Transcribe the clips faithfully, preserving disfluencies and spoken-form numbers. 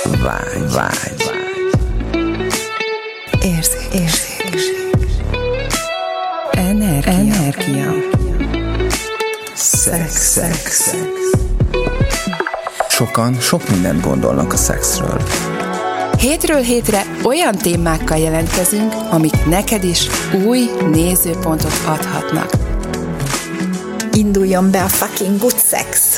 Vágy, vágy, érzék, érzék, energia, energia. Szex, szex, szex. Sokan sok mindent gondolnak a szexről. Hétről hétre olyan témákkal jelentkezünk, amik neked is új nézőpontot adhatnak. Induljon be a fucking good sex!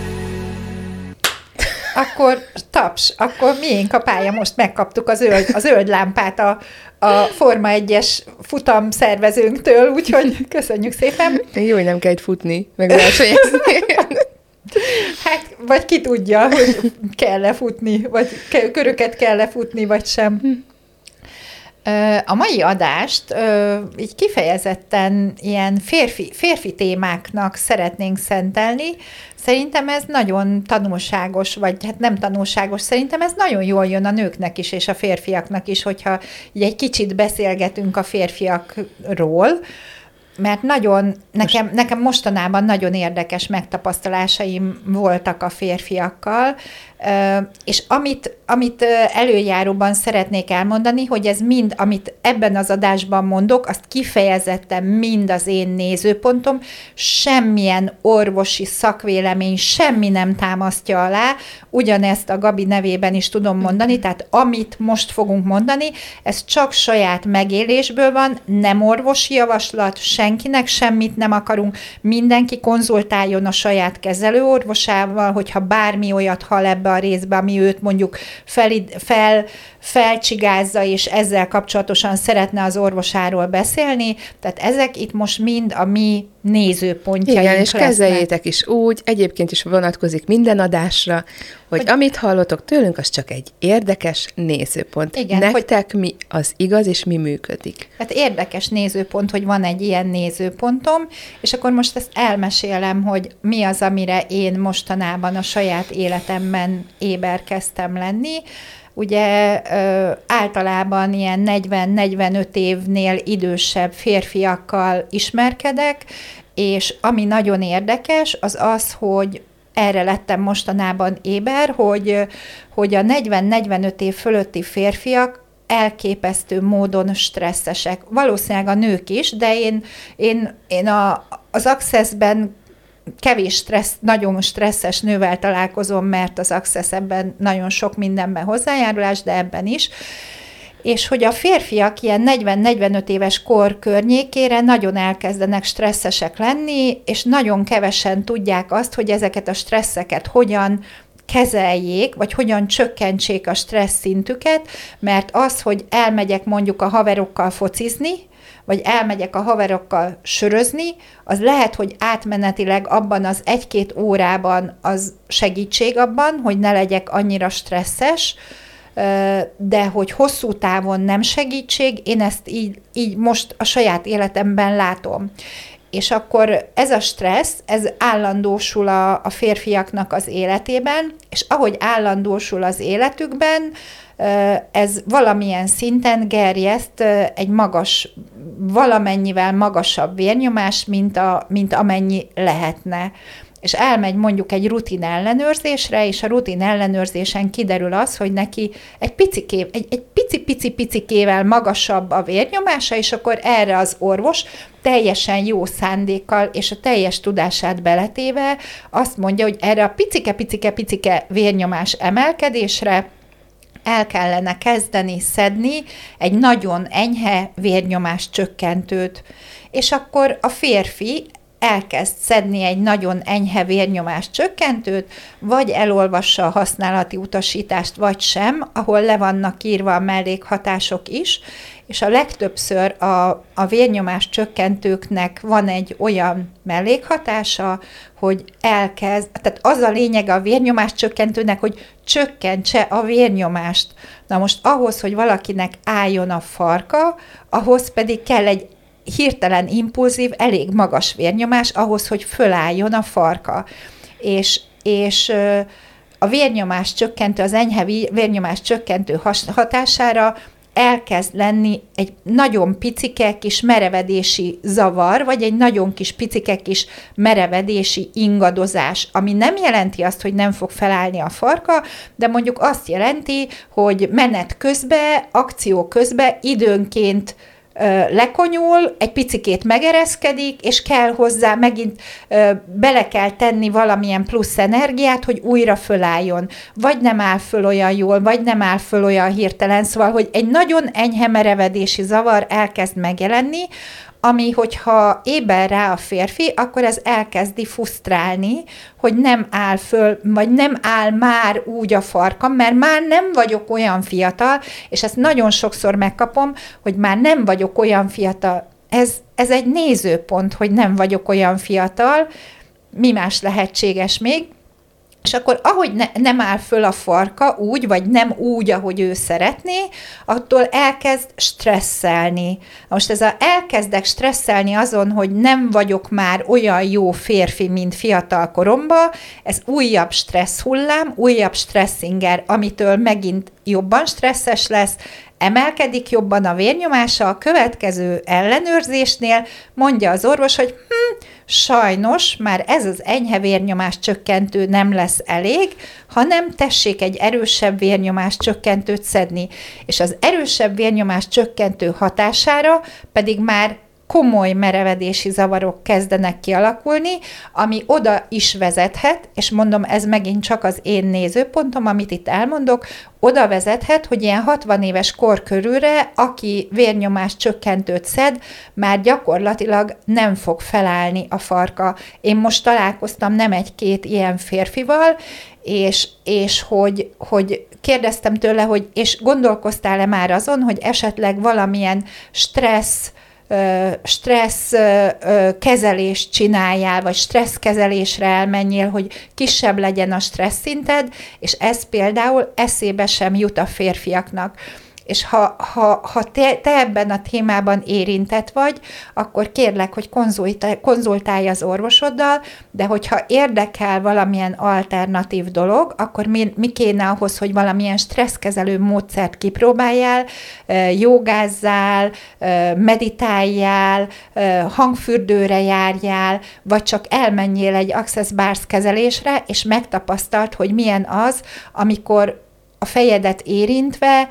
Akkor taps, akkor miénk a pálya, most megkaptuk a zöld, a zöld lámpát a, a Forma egyes futam szervezőnktől, úgyhogy köszönjük szépen. Jó, hogy nem kell itt futni, meg versenyezni. Hát, vagy ki tudja, hogy kell-e futni, vagy köröket kell-e futni, vagy sem. A mai adást így kifejezetten ilyen férfi, férfi témáknak szeretnénk szentelni. Szerintem ez nagyon tanulságos, vagy hát nem tanulságos, szerintem ez nagyon jól jön a nőknek is, és a férfiaknak is, hogyha így egy kicsit beszélgetünk a férfiakról, mert nagyon, nekem, nekem mostanában nagyon érdekes megtapasztalásaim voltak a férfiakkal, és amit, amit előjáróban szeretnék elmondani, hogy ez mind, amit ebben az adásban mondok, azt kifejezetten mind az én nézőpontom, semmilyen orvosi szakvélemény, semmi nem támasztja alá, ugyanezt a Gabi nevében is tudom mondani, tehát amit most fogunk mondani, ez csak saját megélésből van, nem orvosi javaslat, senkinek semmit nem akarunk, mindenki konzultáljon a saját kezelőorvosával, hogyha bármi olyat hall ebbe a részbe, ami őt mondjuk fel, fel, felcsigázza, és ezzel kapcsolatosan szeretne az orvosáról beszélni. Tehát ezek itt most mind a mi nézőpontjaink Igen, és lesznek. kezeljétek is úgy, egyébként is vonatkozik minden adásra, hogy, hogy amit hallotok tőlünk, az csak egy érdekes nézőpont. Igen, nektek hogy, mi az igaz, és mi működik. Hát érdekes nézőpont, hogy van egy ilyen nézőpontom, és akkor most ezt elmesélem, hogy mi az, amire én mostanában a saját életemben éber kezdtem lenni. Ugye ö, általában ilyen negyven-negyvenöt évnél idősebb férfiakkal ismerkedek, és ami nagyon érdekes, az az, hogy erre lettem mostanában éber, hogy, hogy a negyven-negyvenöt év fölötti férfiak elképesztő módon stresszesek. Valószínűleg a nők is, de én, én, én a, az Accessben kevés stressz, nagyon stresszes nővel találkozom, mert az Access ebben nagyon sok mindenben hozzájárulás, de ebben is. És hogy a férfiak ilyen negyven-negyvenöt éves kor környékére nagyon elkezdenek stresszesek lenni, és nagyon kevesen tudják azt, hogy ezeket a stresszeket hogyan kezeljék, vagy hogyan csökkentsék a stressz szintüket, mert az, hogy elmegyek mondjuk a haverokkal focizni, vagy elmegyek a haverokkal sörözni, az lehet, hogy átmenetileg abban az egy-két órában az segítség abban, hogy ne legyek annyira stresszes, de hogy hosszú távon nem segítség, én ezt így, így most a saját életemben látom. És akkor ez a stressz, ez állandósul a, a férfiaknak az életében, és ahogy állandósul az életükben, ez valamilyen szinten gerjeszt egy magas, valamennyivel magasabb vérnyomás, mint, a, mint amennyi lehetne. És elmegy mondjuk egy rutin ellenőrzésre, és a rutin ellenőrzésen kiderül az, hogy neki egy piciké, egy, egy pici-pici-picikével magasabb a vérnyomása, és akkor erre az orvos teljesen jó szándékkal és a teljes tudását beletéve azt mondja, hogy erre a picike-picike-picike vérnyomás emelkedésre el kellene kezdeni szedni egy nagyon enyhe vérnyomás csökkentőt. És akkor a férfi elkezd szedni egy nagyon enyhe vérnyomás csökkentőt, vagy elolvassa a használati utasítást, vagy sem, ahol le vannak írva a mellékhatások is, és a legtöbbször a, a vérnyomás csökkentőknek van egy olyan mellékhatása, hogy elkezd, tehát az a lényeg a vérnyomás csökkentőnek, hogy csökkentse a vérnyomást. Na most ahhoz, hogy valakinek álljon a farka, ahhoz pedig kell egy hirtelen impulzív, elég magas vérnyomás ahhoz, hogy fölálljon a farka. És, és a vérnyomás csökkentő, az enyhe vérnyomás csökkentő hatására elkezd lenni egy nagyon picike kis merevedési zavar, vagy egy nagyon kis picike kis merevedési ingadozás, ami nem jelenti azt, hogy nem fog felállni a farka, de mondjuk azt jelenti, hogy menet közben, akció közben időnként lekonyul, egy picikét megereszkedik, és kell hozzá, megint ö, bele kell tenni valamilyen plusz energiát, hogy újra fölálljon. Vagy nem áll föl olyan jól, vagy nem áll föl olyan hirtelen, szóval, hogy egy nagyon enyhe merevedési zavar elkezd megjelenni, ami, hogyha éber rá a férfi, akkor ez elkezdi fusztrálni, hogy nem áll föl, vagy nem áll már úgy a farkam, mert már nem vagyok olyan fiatal, és ezt nagyon sokszor megkapom, hogy már nem vagyok olyan fiatal. Ez, ez egy nézőpont, hogy nem vagyok olyan fiatal, mi más lehetséges még, és akkor ahogy ne, nem áll föl a farka úgy, vagy nem úgy, ahogy ő szeretné, attól elkezd stresszelni. Most ez a elkezdek stresszelni azon, hogy nem vagyok már olyan jó férfi, mint fiatal koromban, ez újabb stressz hullám, újabb stresszinger, amitől megint jobban stresszes lesz, emelkedik jobban a vérnyomása, a következő ellenőrzésnél mondja az orvos, hogy hm, sajnos már ez az enyhe vérnyomás csökkentő nem lesz elég, hanem tessék egy erősebb vérnyomás csökkentőt szedni. És az erősebb vérnyomás csökkentő hatására pedig már komoly merevedési zavarok kezdenek kialakulni, ami oda is vezethet, és mondom, ez megint csak az én nézőpontom, amit itt elmondok, oda vezethet, hogy ilyen hatvan éves kor körülre, aki vérnyomás csökkentőt szed, már gyakorlatilag nem fog felállni a farka. Én most találkoztam nem egy-két ilyen férfival, és, és hogy, hogy kérdeztem tőle, hogy és gondolkoztál-e már azon, hogy esetleg valamilyen stressz, stressz kezelést csináljál, vagy stressz kezelésre elmenjél, hogy kisebb legyen a stressz szinted, és ez például eszébe sem jut a férfiaknak. És ha, ha, ha te, te ebben a témában érintett vagy, akkor kérlek, hogy konzultálj, konzultálj az orvosoddal, de hogyha érdekel valamilyen alternatív dolog, akkor mi, mi kéne ahhoz, hogy valamilyen stresszkezelő módszert kipróbáljál, jogázzál, meditáljál, hangfürdőre járjál, vagy csak elmenjél egy Access Bars kezelésre, és megtapasztalt, hogy milyen az, amikor a fejedet érintve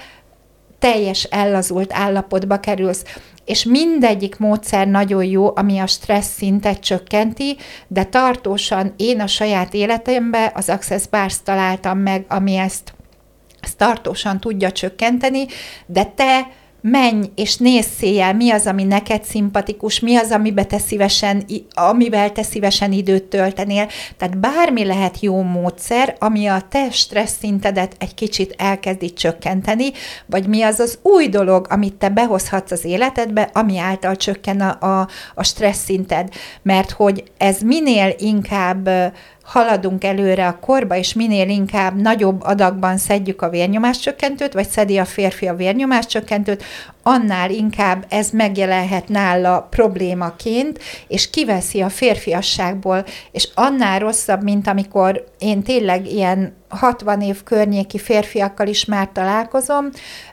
teljes ellazult állapotba kerülsz. És mindegyik módszer nagyon jó, ami a stressz szintet csökkenti, de tartósan én a saját életemben az Access Bars találtam meg, ami ezt, ezt tartósan tudja csökkenteni, de te menj és nézz széjjel, mi az, ami neked szimpatikus, mi az, amiben te szívesen, amivel te szívesen időt töltenél. Tehát bármi lehet jó módszer, ami a te stressz szintedet egy kicsit elkezdi csökkenteni, vagy mi az az új dolog, amit te behozhatsz az életedbe, ami által csökken a, a, a stressz szinted. Mert hogy ez minél inkább haladunk előre a korba, és minél inkább nagyobb adagban szedjük a vérnyomáscsökkentőt, vagy szedi a férfi a vérnyomáscsökkentőt, annál inkább ez megjelenhet nála problémaként, és kiveszi a férfiasságból, és annál rosszabb, mint amikor én tényleg ilyen hatvan év környéki férfiakkal is már találkozom,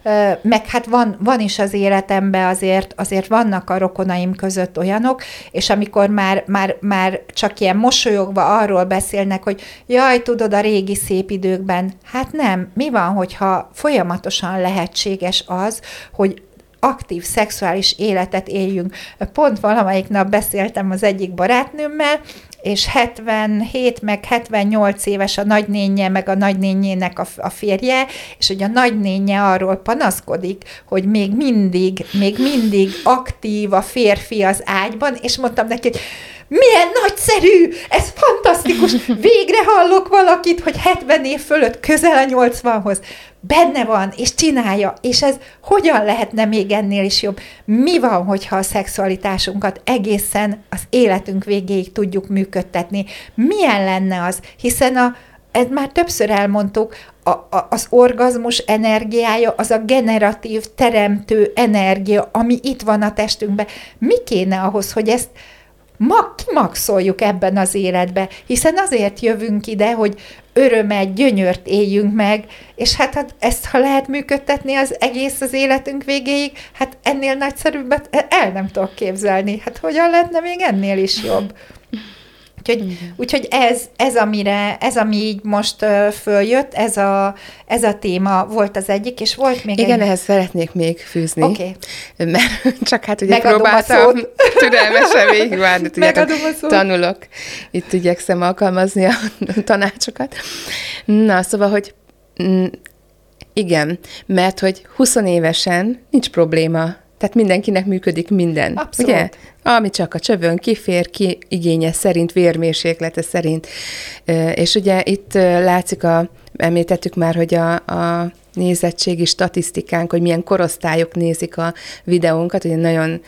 meg hát van, van is az életemben azért, azért vannak a rokonaim között olyanok, és amikor már, már, már csak ilyen mosolyogva arról beszélnek, hogy jaj, tudod, a régi szép időkben, hát nem, mi van, hogyha folyamatosan lehetséges az, hogy aktív szexuális életet éljünk. Pont valamelyik nap beszéltem az egyik barátnőmmel, és hetvenhét meg hetvennyolc éves a nagynénje, meg a nagynénjének a, a férje, és hogy a nagynénje arról panaszkodik, hogy még mindig, még mindig aktív a férfi az ágyban, és mondtam neki, hogy milyen nagyszerű, ez fantasztikus, végre hallok valakit, hogy hetven év fölött közel a nyolcvanhoz benne van, és csinálja, és ez hogyan lehetne még ennél is jobb? Mi van, hogyha a szexualitásunkat egészen az életünk végéig tudjuk működtetni? Milyen lenne az? Hiszen a, ezt már többször elmondtuk, a, a, az orgazmus energiája, az a generatív, teremtő energia, ami itt van a testünkben. Mi kéne ahhoz, hogy ezt mag, kimaxoljuk ebben az életbe, hiszen azért jövünk ide, hogy örömet, gyönyört éljünk meg, és hát, hát ezt, ha lehet működtetni az egész az életünk végéig, hát ennél nagyszerűbbet el nem tudok képzelni. Hát hogyan lehetne még ennél is jobb? Úgyhogy, úgyhogy ez, ez, amire, ez, ami így most uh, följött, ez a, ez a téma volt az egyik, és volt még Igen, egy... ehhez szeretnék még fűzni. Oké. Okay. Mert csak hát ugye Megadom próbáltam türelmesen végigvárni, tudjátok, tanulok. Itt igyekszem alkalmazni a tanácsokat. Na, szóval, hogy mm, igen, mert hogy húsz évesen nincs probléma. Tehát mindenkinek működik minden. Abszolút. Ugye? Ami csak a csövön kifér, ki igénye szerint, vérmérséklete szerint. És ugye itt látszik, a, említettük már, hogy a, a nézettségi statisztikánk, hogy milyen korosztályok nézik a videónkat, ugye nagyon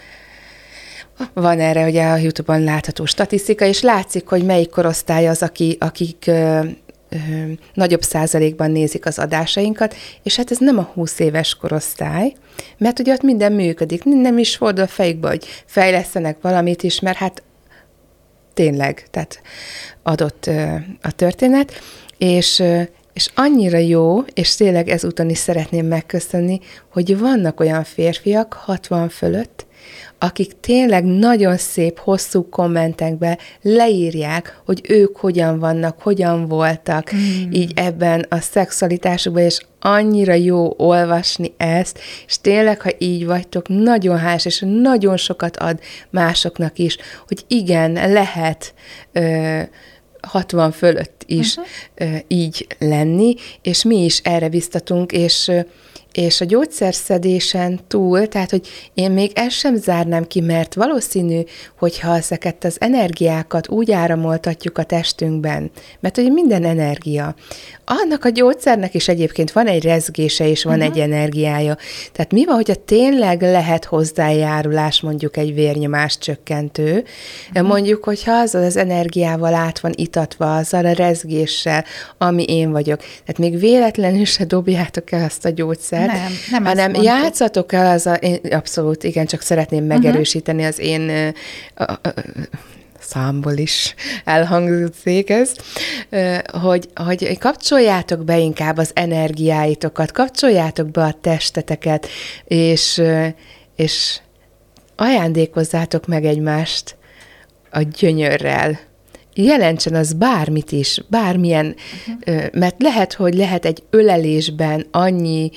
van erre ugye a YouTube-on látható statisztika, és látszik, hogy melyik korosztály az, aki, akik ö, ö, nagyobb százalékban nézik az adásainkat, és hát ez nem a húsz éves korosztály, mert ugye ott minden működik, nem is fordul a fejükbe, hogy fejlesztenek valamit is, mert hát tényleg, tehát adott ö, a történet, és ö, és annyira jó, és tényleg ezúton is szeretném megköszönni, hogy vannak olyan férfiak hatvan fölött, akik tényleg nagyon szép, hosszú kommentekben leírják, hogy ők hogyan vannak, hogyan voltak mm. így ebben a szexualitásukban, és annyira jó olvasni ezt, és tényleg, ha így vagytok, nagyon hálás, és nagyon sokat ad másoknak is, hogy igen, lehet ö, hatvan fölött is uh-huh. így lenni, és mi is erre biztatunk, és, és a gyógyszerszedésen túl, tehát, hogy én még ezt sem zárnám ki, mert valószínű, hogyha ezeket az energiákat úgy áramoltatjuk a testünkben, mert ugye minden energia, annak a gyógyszernek is egyébként van egy rezgése, és van uh-huh. egy energiája. Tehát mi van, hogyha tényleg lehet hozzájárulás, mondjuk egy vérnyomás csökkentő, uh-huh. mondjuk, hogyha azzal az energiával át van itatva, azzal a rezgéssel, ami én vagyok. Tehát még véletlenül se dobjátok el azt a gyógyszert, nem, nem hanem játszatok el az a, én, abszolút, igen, csak szeretném megerősíteni uh-huh. az én a, a, a, számból is elhangzik ez, hogy, hogy kapcsoljátok be inkább az energiáitokat, kapcsoljátok be a testeteket, és, és ajándékozzátok meg egymást a gyönyörrel. Jelentsen az bármit is, bármilyen, uh-huh. mert lehet, hogy lehet egy ölelésben annyi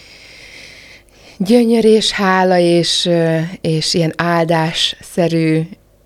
gyönyör és hála, és, és ilyen áldásszerű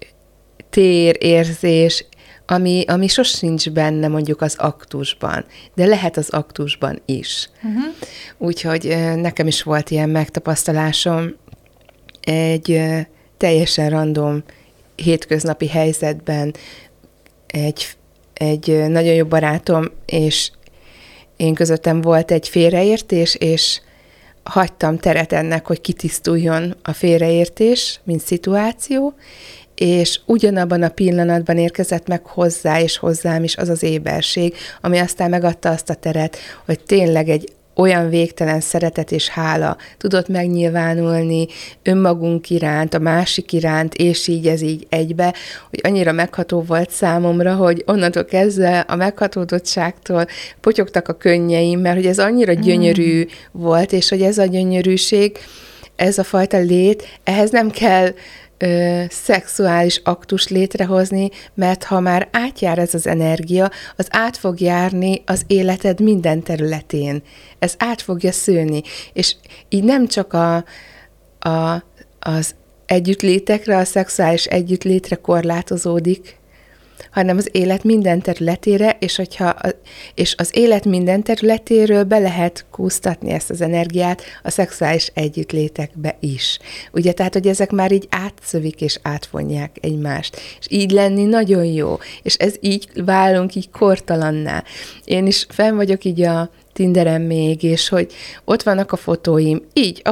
térérzés, ami, ami sosincs benne mondjuk az aktusban, de lehet az aktusban is. Uh-huh. Úgyhogy nekem is volt ilyen megtapasztalásom egy teljesen random hétköznapi helyzetben, egy, egy nagyon jó barátom, és én közöttem volt egy félreértés, és hagytam teret ennek, hogy kitisztuljon a félreértés, mint szituáció, és ugyanabban a pillanatban érkezett meg hozzá, és hozzám is az az éberség, ami aztán megadta azt a teret, hogy tényleg egy olyan végtelen szeretet és hála tudott megnyilvánulni önmagunk iránt, a másik iránt, és így ez így egybe, hogy annyira megható volt számomra, hogy onnantól kezdve a meghatódottságtól potyogtak a könnyeim, mert hogy ez annyira gyönyörű mm. volt, és hogy ez a gyönyörűség, ez a fajta lét, ehhez nem kell Ö, szexuális aktus létrehozni, mert ha már átjár ez az energia, az át fog járni az életed minden területén. Ez át fogja szőni. És így nem csak a, a, az együttlétekre, a szexuális együttlétre korlátozódik, hanem az élet minden területére, és, hogyha, és az élet minden területéről be lehet kúsztatni ezt az energiát a szexuális együttlétekbe is. Ugye, tehát, hogy ezek már így átszövik és átfonják egymást. És így lenni nagyon jó. És ez így válunk így kortalanná. Én is fenn vagyok így a Tinderen még, és hogy ott vannak a fotóim, így, ahogy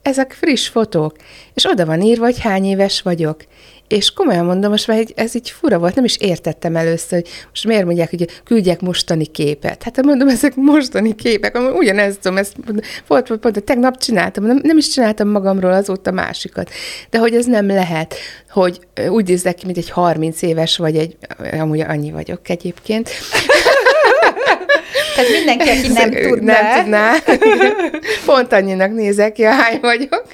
ezek friss fotók, és oda van írva, hogy hány éves vagyok. És komolyan mondom, most már ez így fura volt, nem is értettem először, hogy most miért mondják, hogy küldjek mostani képet. Hát mondom, ezek mostani képek, ugyanezt tudom, ezt volt, volt, volt, tegnap csináltam, nem, nem is csináltam magamról azóta másikat. De hogy ez nem lehet, hogy úgy nézzek ki, mint egy harminc éves, vagy egy, amúgy annyi vagyok egyébként. Tehát mindenki, aki nem tudná. Nem tudná. Pont annyinak nézek ki, hány vagyok.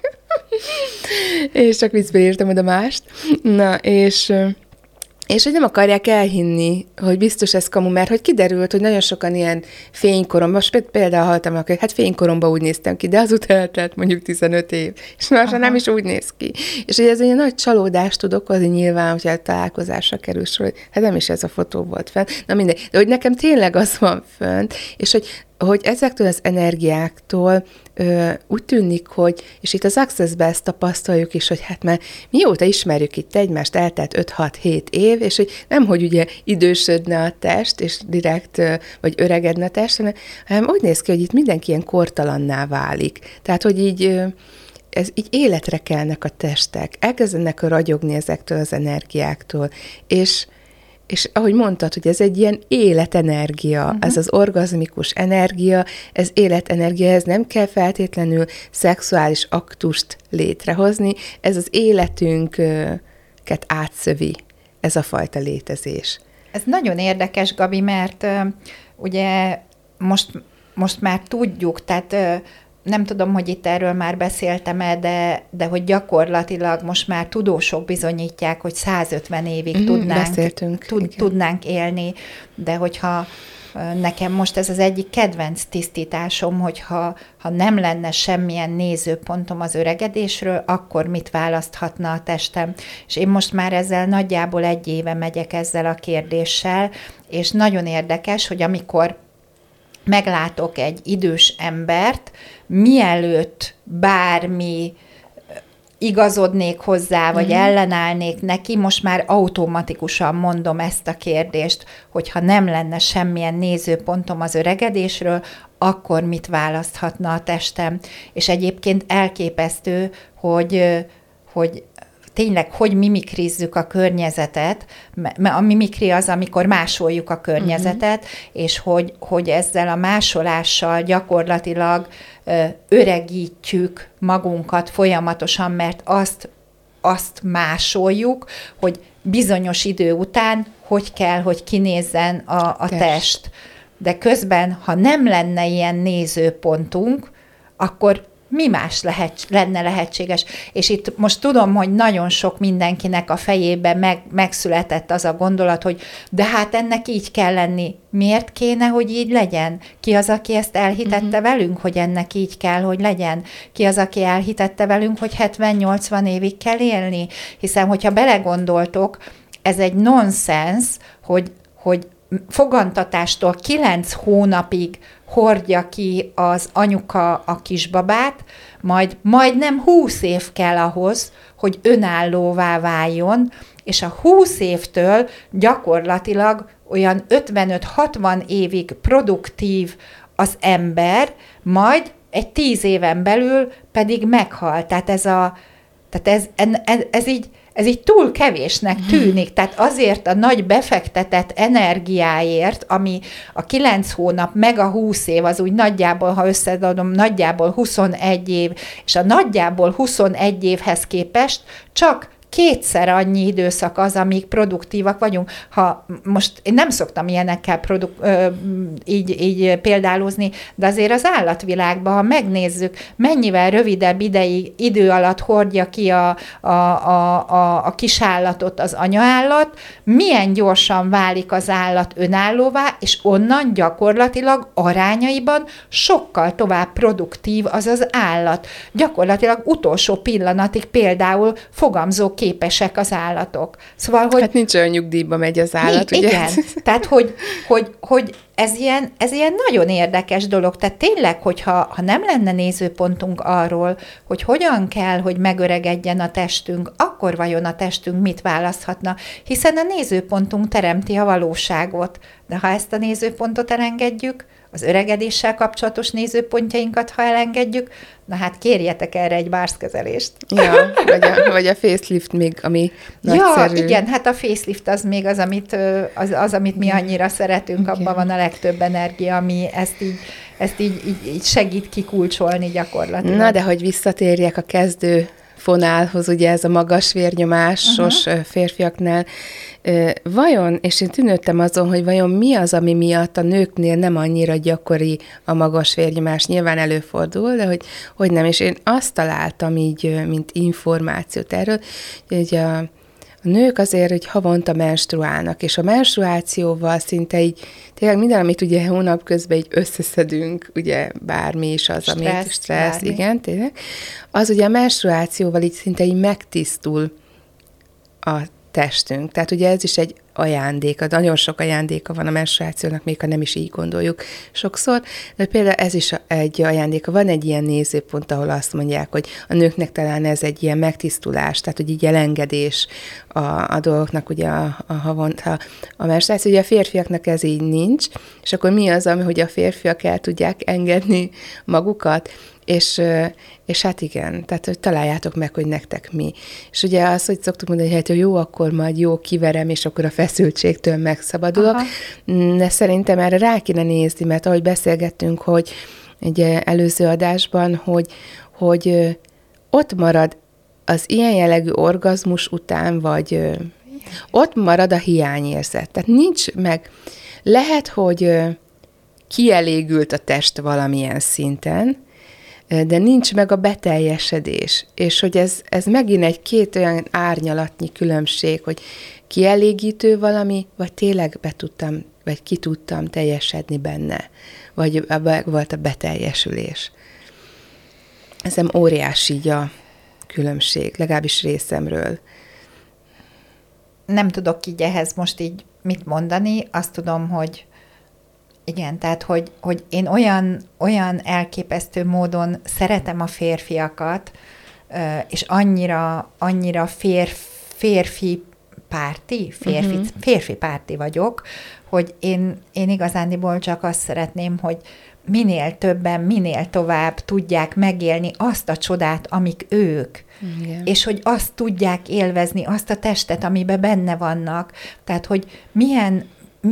És csak viccbe írtam oda mást. Na, és, és hogy nem akarják elhinni, hogy biztos ez kamu, mert hogy kiderült, hogy nagyon sokan ilyen fénykoromban, most például hallottam, hogy hát fénykoromban úgy néztem ki, de azután eltelt mondjuk tizenöt év, és már nem is úgy néz ki. És hogy ez egy nagy csalódást tud okozni nyilván, hogyha a találkozásra kerül sor, hogy hát nem is ez a fotó volt fenn. Na mindegy, de hogy nekem tényleg az van fönt, és hogy hogy ezektől az energiáktól ö, úgy tűnik, hogy, és itt az Access-ben ezt tapasztaljuk is, hogy hát már mióta ismerjük itt egymást, eltelt öt-hat-hét év, és hogy nem, hogy ugye idősödne a test, és direkt, ö, vagy öregedne a test, hanem, hanem úgy néz ki, hogy itt mindenki ilyen kortalanná válik. Tehát, hogy így... Ö, ez így életre kelnek a testek, elkezdenek ragyogni ezektől az energiáktól, és És ahogy mondtad, hogy ez egy ilyen életenergia, uh-huh. ez az orgazmikus energia, ez életenergia, ez nem kell feltétlenül szexuális aktust létrehozni, ez az életünket átszövi, ez a fajta létezés. Ez nagyon érdekes, Gabi, mert uh, ugye most, most már tudjuk, tehát uh, nem tudom, hogy itt erről már beszéltem-e, de, de hogy gyakorlatilag most már tudósok bizonyítják, hogy százötven évig mm, tudnánk, tud, tudnánk élni, de hogyha nekem most ez az egyik kedvenc tisztításom, hogyha ha nem lenne semmilyen nézőpontom az öregedésről, akkor mit választhatna a testem. És én most már ezzel nagyjából egy éve megyek ezzel a kérdéssel, és nagyon érdekes, hogy amikor meglátok egy idős embert, mielőtt bármi igazodnék hozzá, vagy mm-hmm. ellenállnék neki, most már automatikusan mondom ezt a kérdést, hogyha nem lenne semmilyen nézőpontom az öregedésről, akkor mit választhatna a testem. És egyébként elképesztő, hogy, hogy tényleg, hogy mimikrizzük a környezetet, mert a mimikri az, amikor másoljuk a környezetet, uh-huh. és hogy, hogy ezzel a másolással gyakorlatilag ö, öregítjük magunkat folyamatosan, mert azt, azt másoljuk, hogy bizonyos idő után hogy kell, hogy kinézzen a, a test. test. De közben, ha nem lenne ilyen nézőpontunk, akkor mi más lehet, lenne lehetséges? És itt most tudom, hogy nagyon sok mindenkinek a fejében meg, megszületett az a gondolat, hogy de hát ennek így kell lenni. Miért kéne, hogy így legyen? Ki az, aki ezt elhitette uh-huh. velünk, hogy ennek így kell, hogy legyen? Ki az, aki elhitette velünk, hogy hetven-nyolcvan évig kell élni? Hiszen, hogyha belegondoltok, ez egy nonsens, hogy, hogy fogantatástól kilenc hónapig hordja ki az anyuka a kisbabát, majd majdnem húsz év kell ahhoz, hogy önállóvá váljon, és a húsz évtől gyakorlatilag olyan ötvenöt-hatvan évig produktív az ember, majd egy tíz éven belül pedig meghal. Tehát ez a, tehát ez, ez, ez így Ez így túl kevésnek tűnik, tehát azért a nagy befektetett energiáért, ami a kilenc hónap meg a húsz év, az úgy nagyjából, ha összeadom, nagyjából huszonegy év, és a nagyjából huszonegy évhez képest csak kétszer annyi időszak az, amíg produktívak vagyunk. Ha most én nem szoktam ilyenekkel produk- ö, így, így példálozni, de azért az állatvilágban, ha megnézzük, mennyivel rövidebb ideig, idő alatt hordja ki a, a, a, a, a kisállatot az anyaállat, milyen gyorsan válik az állat önállóvá, és onnan gyakorlatilag arányaiban sokkal tovább produktív az az állat. Gyakorlatilag utolsó pillanatig például fogamzó képesek az állatok. Szóval, hogy... Hát nincs olyan nyugdíjba megy az állat, mi, ugye? Igen. Tehát, hogy, hogy, hogy ez, ilyen, ez ilyen nagyon érdekes dolog. Tehát tényleg, hogyha ha nem lenne nézőpontunk arról, hogy hogyan kell, hogy megöregedjen a testünk, akkor vajon a testünk mit választhatna? Hiszen a nézőpontunk teremti a valóságot. De ha ezt a nézőpontot elengedjük, az öregedéssel kapcsolatos nézőpontjainkat, ha elengedjük, na hát kérjetek erre egy bárszkezelést. Ja, vagy a, vagy a facelift még, ami nagyszerű. Ja, igen, hát a facelift az még az, amit, az, az, amit mi annyira szeretünk, igen. Abban van a legtöbb energia, ami ezt így, ezt így, így, így segít kikulcsolni gyakorlatilag. Na, de hogy visszatérjek a kezdő fonálhoz, ugye ez a magas vérnyomásos uh-huh. férfiaknál. Vajon, és én tűnődtem azon, hogy vajon mi az, ami miatt a nőknél nem annyira gyakori a magas vérnyomás, nyilván előfordul, de hogy, hogy nem, és én azt találtam így, mint információt erről, hogy a, a nők azért, hogy havonta menstruálnak, és a menstruációval szinte így tényleg minden, amit ugye hónap közben így összeszedünk, ugye bármi is az, stressz, amit stressz, bármi. igen, tényleg, az ugye a menstruációval így szinte így megtisztul a testünk. Tehát ugye ez is egy ajándéka, nagyon sok ajándéka van a menstruációnak, még ha nem is így gondoljuk sokszor, de például ez is egy ajándéka. Van egy ilyen nézőpont, ahol azt mondják, hogy a nőknek talán ez egy ilyen megtisztulás, tehát hogy így elengedés a, a dolgoknak, ugye a, a havonta a menstruáció. Ugye a férfiaknak ez így nincs, és akkor mi az, ami, hogy a férfiak el tudják engedni magukat, És, és hát igen, tehát hogy találjátok meg, hogy nektek mi. És ugye az, hogy szoktuk mondani, hogy hát jó, akkor majd jó, kiverem, és akkor a feszültségtől megszabadulok. Aha. De szerintem erre rá kéne nézni, mert ahogy beszélgettünk, hogy egy előző adásban, hogy, hogy ott marad az ilyen jellegű orgazmus után, vagy ott marad a hiányérzet. Tehát nincs meg, lehet, hogy kielégült a test valamilyen szinten, de nincs meg a beteljesedés. És hogy ez, ez megint egy két olyan árnyalatnyi különbség, hogy kielégítő valami, vagy tényleg be tudtam, vagy ki tudtam teljesedni benne, vagy volt a beteljesülés. Ez nem óriási így a különbség, legalábbis részemről. Nem tudok így ehhez most így mit mondani, azt tudom, hogy igen, tehát, hogy, hogy én olyan, olyan elképesztő módon szeretem a férfiakat, és annyira, annyira férf, férfi párti, férfi, uh-huh. férfi párti vagyok, hogy én, én igazándiból csak azt szeretném, hogy minél többen, minél tovább tudják megélni azt a csodát, amik ők. Igen. És hogy azt tudják élvezni, azt a testet, amiben benne vannak. Tehát, hogy milyen...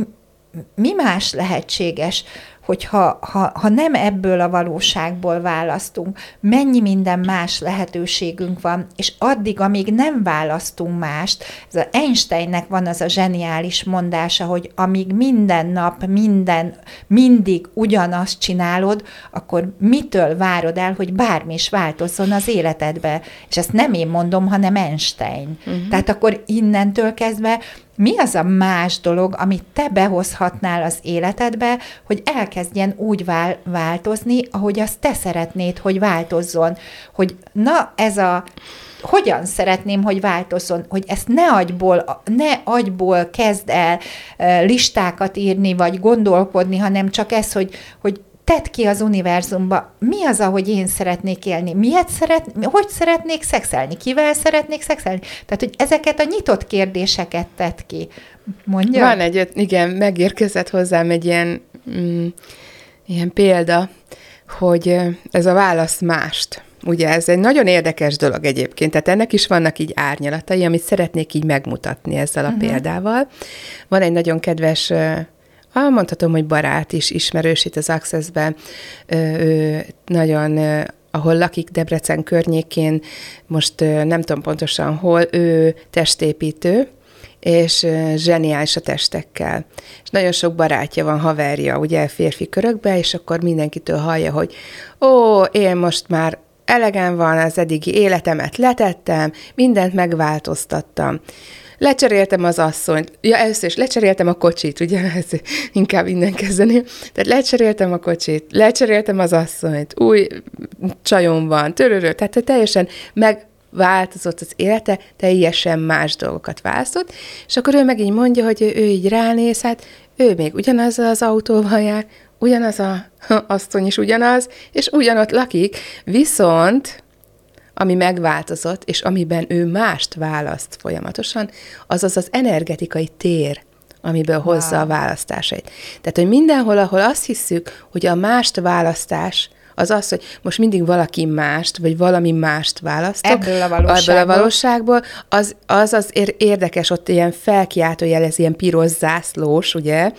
mi más lehetséges, hogyha ha, ha nem ebből a valóságból választunk, mennyi minden más lehetőségünk van, és addig, amíg nem választunk mást, ez a Einsteinnek van az a zseniális mondása, hogy amíg minden nap, minden, mindig ugyanazt csinálod, akkor mitől várod el, hogy bármi is változzon az életedbe? És ezt nem én mondom, hanem Einstein. Uh-huh. Tehát akkor innentől kezdve mi az a más dolog, amit te behozhatnál az életedbe, hogy elkezdjen úgy vál- változni, ahogy azt te szeretnéd, hogy változzon. Hogy na, ez a... Hogyan szeretném, hogy változzon, hogy ezt ne agyból, ne agyból kezd el listákat írni, vagy gondolkodni, hanem csak ez, hogy, hogy tedd ki az univerzumba, mi az, ahogy én szeretnék élni, miért szeret, hogy szeretnék szexelni, kivel szeretnék szexelni. Tehát, hogy ezeket a nyitott kérdéseket tedd ki. Mondja? Van egy, igen, megérkezett hozzám egy ilyen, mm, ilyen példa, hogy ez a válasz mást. Ugye ez egy nagyon érdekes dolog egyébként, tehát ennek is vannak így árnyalatai, amit szeretnék így megmutatni ezzel a uh-huh. példával. Van egy nagyon kedves... Ah, mondhatom, hogy barát is, ismerős itt az Accessben, ő nagyon, ahol lakik Debrecen környékén, most nem tudom pontosan hol, ő testépítő, és zseniális a testekkel. És nagyon sok barátja van, haverja, ugye férfi körökben, és akkor mindenkitől hallja, hogy ó, én most már elegem van, az eddigi életemet letettem, mindent megváltoztattam. Lecseréltem az asszonyt, ja, először is lecseréltem a kocsit, ugye, ez inkább innen kezdeném. Tehát lecseréltem a kocsit, lecseréltem az asszonyt, új csajom van, törörő, tehát teljesen megváltozott az élete, teljesen más dolgokat választott, és akkor ő meg így mondja, hogy ő így ránéz, hát ő még ugyanaz az autóval jár, ugyanaz a asszony is ugyanaz, és ugyanott lakik, viszont ami megváltozott, és amiben ő mást választ folyamatosan, az az az energetikai tér, amiből hozza wow. a választásait. Tehát, hogy mindenhol, ahol azt hiszük, hogy a mást választás, az az, hogy most mindig valaki mást, vagy valami mást választok. Ebből a valóságból. Ebből a valóságból, az az, az érdekes, ott ilyen felkiáltójel, ez ilyen piros zászlós, ugye,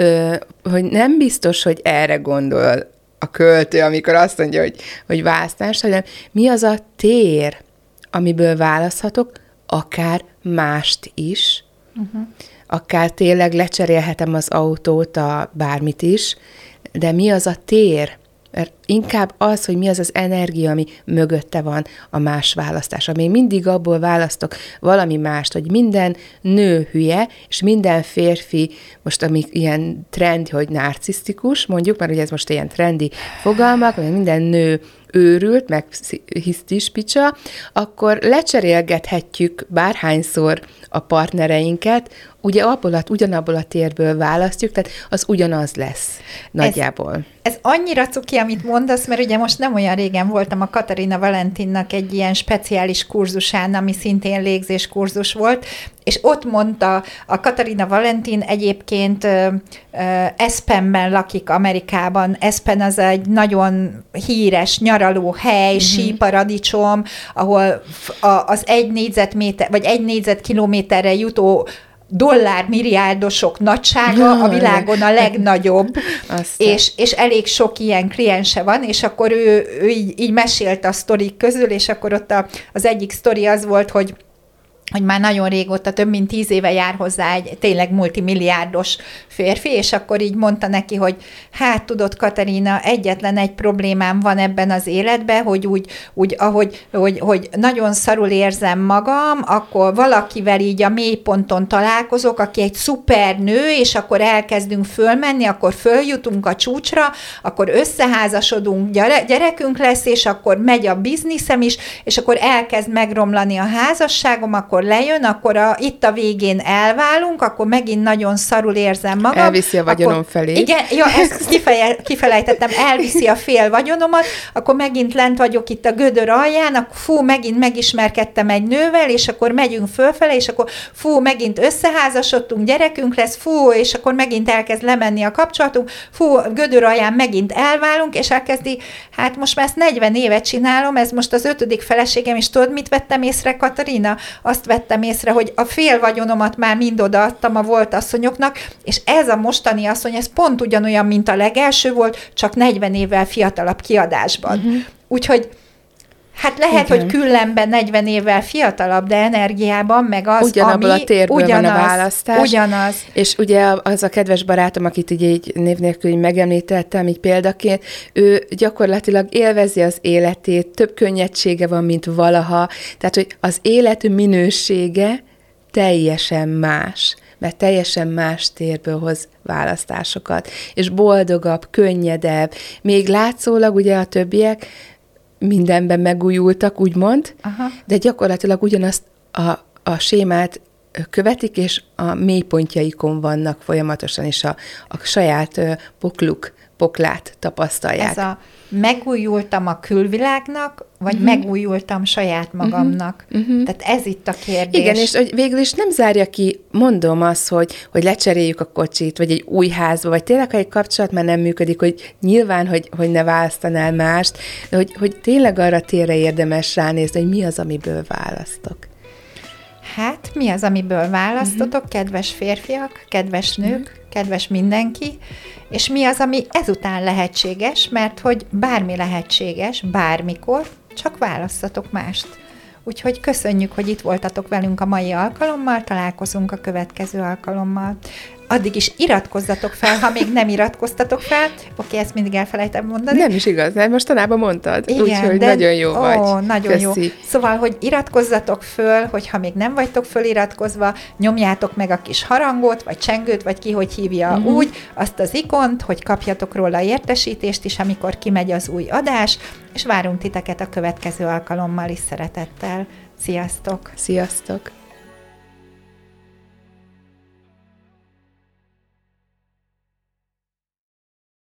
hogy nem biztos, hogy erre gondol a költő, amikor azt mondja, hogy, hogy választás, hanem mi az a tér, amiből választhatok, akár mást is, uh-huh. akár tényleg lecserélhetem az autót, a bármit is, de mi az a tér? Mert inkább az, hogy mi az az energia, ami mögötte van a más választása. Még mindig abból választok valami mást, hogy minden nő hülye, és minden férfi, most ami ilyen trend, hogy narcisztikus, mondjuk, mert ugye ez most ilyen trendi fogalmak, hogy minden nő őrült, meg hisztis picsa, akkor lecserélgethetjük bárhányszor a partnereinket, ugye abból a, ugyanabból a térből választjuk, tehát az ugyanaz lesz nagyjából. Ez, ez annyira cuki, amit mondasz, mert ugye most nem olyan régen voltam a Katarina Valentinnak egy ilyen speciális kurzusán, ami szintén légzés kurzus volt, és ott mondta a Katarina Valentin egyébként ö, ö, Aspenben lakik Amerikában. Aspen az egy nagyon híres nyaralóhely, mm-hmm. síparadicsom, ahol a, az egy négyzetméter, vagy egy négyzetkilométerre jutó dollármilliárdosok nagysága a világon a legnagyobb, és, és elég sok ilyen kliense van, és akkor ő, ő így, így mesélt a sztorik közül, és akkor ott a, az egyik sztori az volt, hogy hogy már nagyon régóta, több mint tíz éve jár hozzá egy tényleg multimilliárdos férfi, és akkor így mondta neki, hogy hát tudod, Katarina, egyetlen egy problémám van ebben az életben, hogy úgy, úgy ahogy hogy, hogy nagyon szarul érzem magam, akkor valakivel így a mélyponton találkozok, aki egy szuper nő, és akkor elkezdünk fölmenni, akkor följutunk a csúcsra, akkor összeházasodunk, gyere, gyerekünk lesz, és akkor megy a bizniszem is, és akkor elkezd megromlani a házasságom, akkor lejön, akkor a, itt a végén elválunk, akkor megint nagyon szarul érzem magam. Elviszi a vagyonom akkor, felé. Igen, ja, ezt kifeje, kifelejtettem, elviszi a fél vagyonomat, akkor megint lent vagyok itt a gödör alján, akkor fú, megint megismerkedtem egy nővel, és akkor megyünk fölfele, és akkor fú, megint összeházasodtunk, gyerekünk lesz, fú, és akkor megint elkezd lemenni a kapcsolatunk, fú, gödör alján megint elválunk, és elkezdi, hát most már ezt negyven évet csinálom, ez most az ötödik feleségem, és tudod, mit vettem észre, Katarina? Azt vettem észre, hogy a fél vagyonomat már mind odaadtam a volt asszonyoknak, és ez a mostani asszony, ez pont ugyanolyan, mint a legelső volt, csak negyven évvel fiatalabb kiadásban. Uh-huh. Úgyhogy hát lehet, igen, hogy küllemben negyven évvel fiatalabb, de energiában, meg az, ugyanabból ami a térből ugyanaz, van a választás. Ugyanaz. És ugye az a kedves barátom, akit ugye így név nélkül így megemlítettem, így példaként, ő gyakorlatilag élvezi az életét, több könnyedsége van, mint valaha, tehát, hogy az élet minősége teljesen más, mert teljesen más térből hoz választásokat, és boldogabb, könnyedebb, még látszólag ugye a többiek mindenben megújultak, úgymond, aha, de gyakorlatilag ugyanazt a, a sémát követik, és a mélypontjaikon vannak folyamatosan, és a, a saját pokluk, poklát tapasztalják. Ez a megújultam a külvilágnak, vagy uh-huh. megújultam saját magamnak. Uh-huh. Tehát ez itt a kérdés. Igen, és hogy végül is nem zárja ki, mondom azt, hogy, hogy lecseréljük a kocsit, vagy egy új házba, vagy tényleg, ha egy kapcsolat már nem működik, hogy nyilván, hogy, hogy ne választanál mást, de hogy, hogy tényleg arra térre érdemes ránézni, hogy mi az, amiből választok. Hát, mi az, amiből választotok, uh-huh. kedves férfiak, kedves nők, uh-huh. kedves mindenki, és mi az, ami ezután lehetséges, mert hogy bármi lehetséges, bármikor, csak választatok mást. Úgyhogy köszönjük, hogy itt voltatok velünk a mai alkalommal, találkozunk a következő alkalommal. Addig is iratkozzatok fel, ha még nem iratkoztatok fel. Oké, ezt mindig elfelejtem mondani. Nem is igaz, nem? Mostanában mondtad. Úgyhogy nagyon jó ó, vagy. Nagyon Köszi. Jó. Szóval, hogy iratkozzatok föl, hogyha még nem vagytok föliratkozva, nyomjátok meg a kis harangot, vagy csengőt, vagy ki, hogy hívja uh-huh. úgy, azt az ikont, hogy kapjatok róla értesítést is, amikor kimegy az új adás, és várunk titeket a következő alkalommal is szeretettel. Sziasztok! Sziasztok!